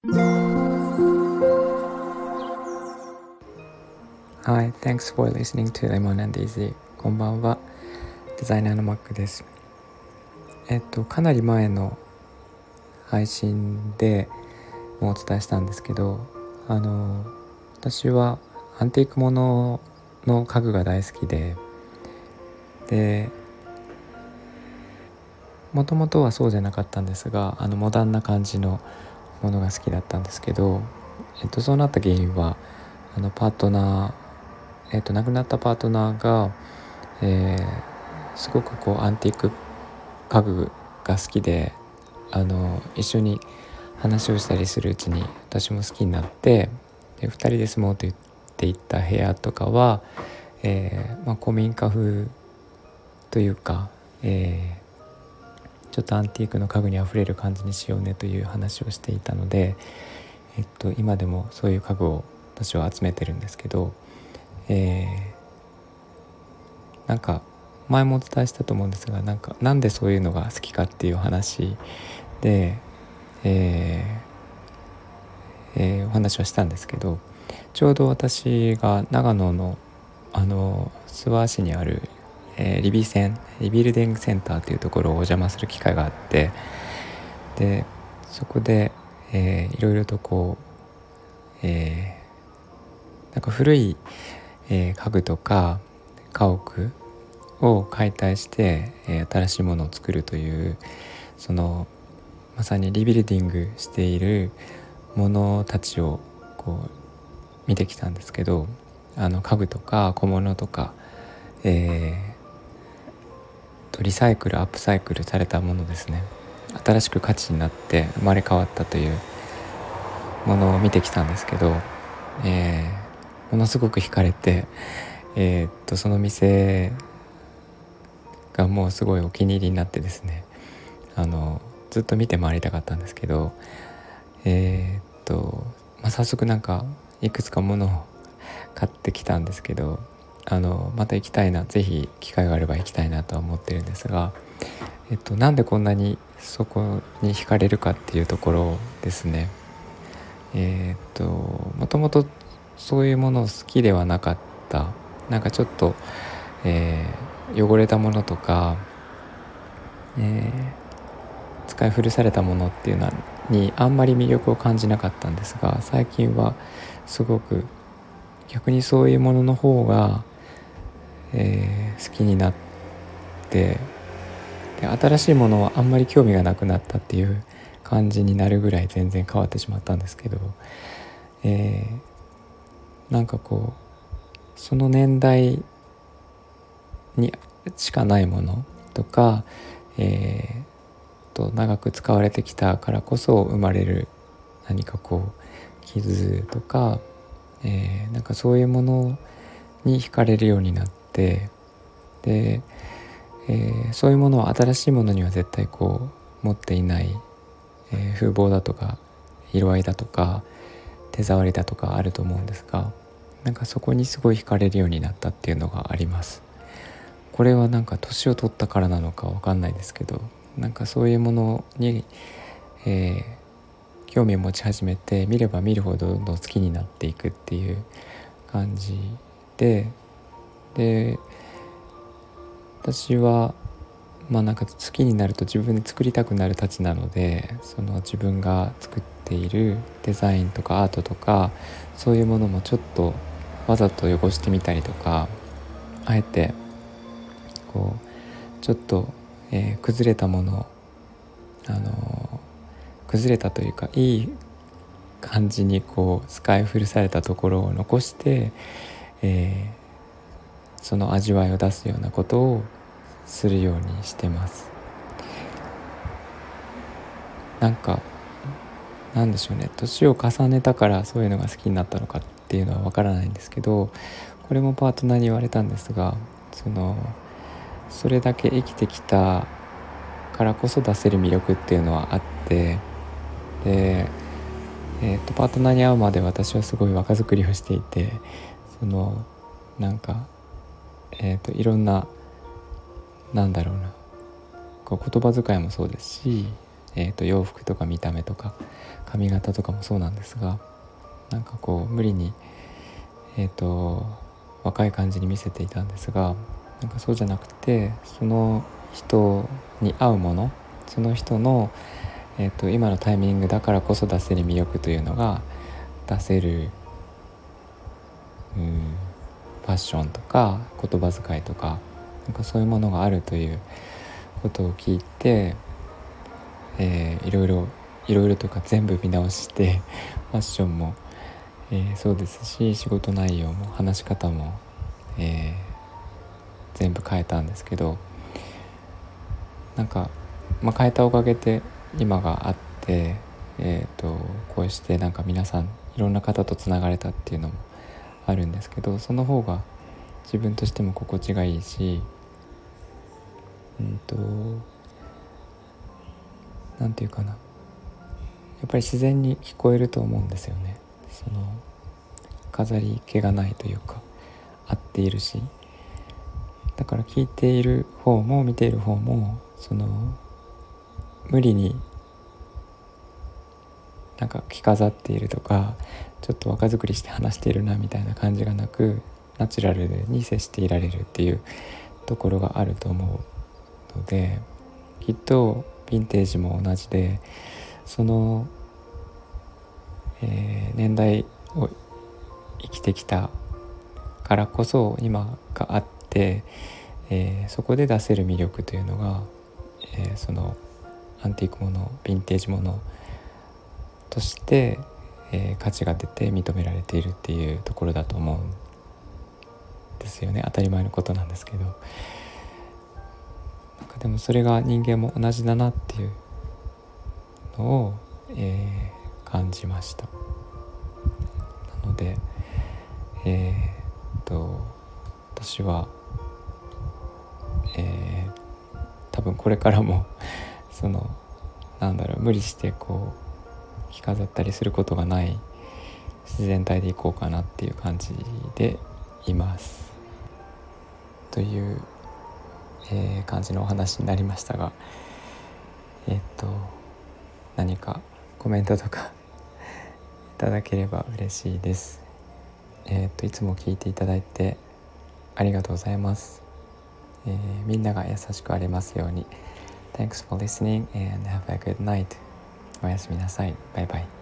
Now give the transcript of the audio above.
Hi, thanks for listening to Lemon and Easy. こんばんは、デザイナーのマックです。かなり前の配信でもお伝えしたんですけど、私はアンティークものの家具が大好きで、もともとはそうじゃなかったんですが、モダンな感じのものが好きだったんですけど、そうなった原因はパートナー、亡くなったパートナーが、すごくアンティーク家具が好きで、一緒に話をしたりするうちに私も好きになって、で2人で住もうと言っていった部屋とかは、古民家風というか、ちょっとアンティークの家具にあふれる感じにしようねという話をしていたので、今でもそういう家具を私は集めてるんですけど、なんか前もお伝えしたと思うんですが、なんでそういうのが好きかっていう話で、お話はしたんですけど、ちょうど私が長野の諏訪市にある、リビルディングセンターというところをお邪魔する機会があって、でそこで、いろいろとなんか古い、家具とか家屋を解体して、新しいものを作るという、そのまさにリビルディングしているものたちを見てきたんですけど、家具とか小物とか、リサイクルアップサイクルされたものですね、新しく価値になって生まれ変わったというものを見てきたんですけど、ものすごく惹かれて、その店がもうすごいお気に入りになってですね、ずっと見て回りたかったんですけど、早速いくつかものを買ってきたんですけど、また行きたいな、ぜひ機会があれば行きたいなとは思ってるんですが、なんでこんなにそこに惹かれるかっていうところですね。もともとそういうものを好きではなかった。ちょっと、汚れたものとか、使い古されたものっていうのにあんまり魅力を感じなかったんですが、最近はすごく逆にそういうものの方が、好きになって、で新しいものはあんまり興味がなくなったっていう感じになるぐらい全然変わってしまったんですけど、その年代にしかないものとか、長く使われてきたからこそ生まれる何か傷とか、そういうものに惹かれるようになって、で、そういうものは新しいものには絶対持っていない、風貌だとか色合いだとか手触りだとかあると思うんですが、そこにすごい惹かれるようになったっていうのがあります。これは年を取ったからなのかわかんないですけど、そういうものに、興味を持ち始めて、見れば見るほどどんどん好きになっていくっていう感じで、私は好きになると自分で作りたくなるたちなので、その自分が作っているデザインとかアートとかそういうものもちょっとわざと汚してみたりとか、あえてちょっと、崩れたもの、崩れたというかいい感じに使い古されたところを残して、その味わいを出すようなことをするようにしてます。なんでしょうね、年を重ねたからそういうのが好きになったのかっていうのはわからないんですけど、これもパートナーに言われたんですが、それだけ生きてきたからこそ出せる魅力っていうのはあって、で、パートナーに会うまで私はすごい若作りをしていて、いろんな言葉遣いもそうですし、 洋服とか見た目とか髪型とかもそうなんですが、なんかこう無理に、若い感じに見せていたんですが、なんかそうじゃなくて、その人に合うもの、その人の、今のタイミングだからこそ出せる魅力というのが出せる、ファッションとか言葉遣いとか、なんかそういうものがあるということを聞いて、いろいろとか全部見直してファッションも、そうですし、仕事内容も話し方も、全部変えたんですけど、なんか、変えたおかげで今があって、こうしてなんか皆さんいろんな方とつながれたっていうのもあるんですけど、その方が自分としても心地がいいし、なんていうかな、やっぱり自然に聞こえると思うんですよね。その飾り気がないというか、合っているし、だから聞いている方も見ている方も、その無理になんか着飾っているとか、ちょっと若作りして話しているなみたいな感じがなく、ナチュラルに接していられるっていうところがあると思うので、きっとヴィンテージも同じで、その、年代を生きてきたからこそ今があって、そこで出せる魅力というのが、そのアンティークもの、ヴィンテージものとして、価値が出て認められているっていうところだと思うんですよね。当たり前のことなんですけど、なんかでもそれが人間も同じだなっていうのを、感じました。なので、私は、多分これからもその無理してこう着飾ったりすることがない自然体でいこうかなっていう感じでいますという、感じのお話になりましたが、何かコメントとかいただければ嬉しいです。いつも聞いていただいてありがとうございます。みんなが優しくありますように。Thanks for listening and have a good night. おやすみなさい。バイバイ。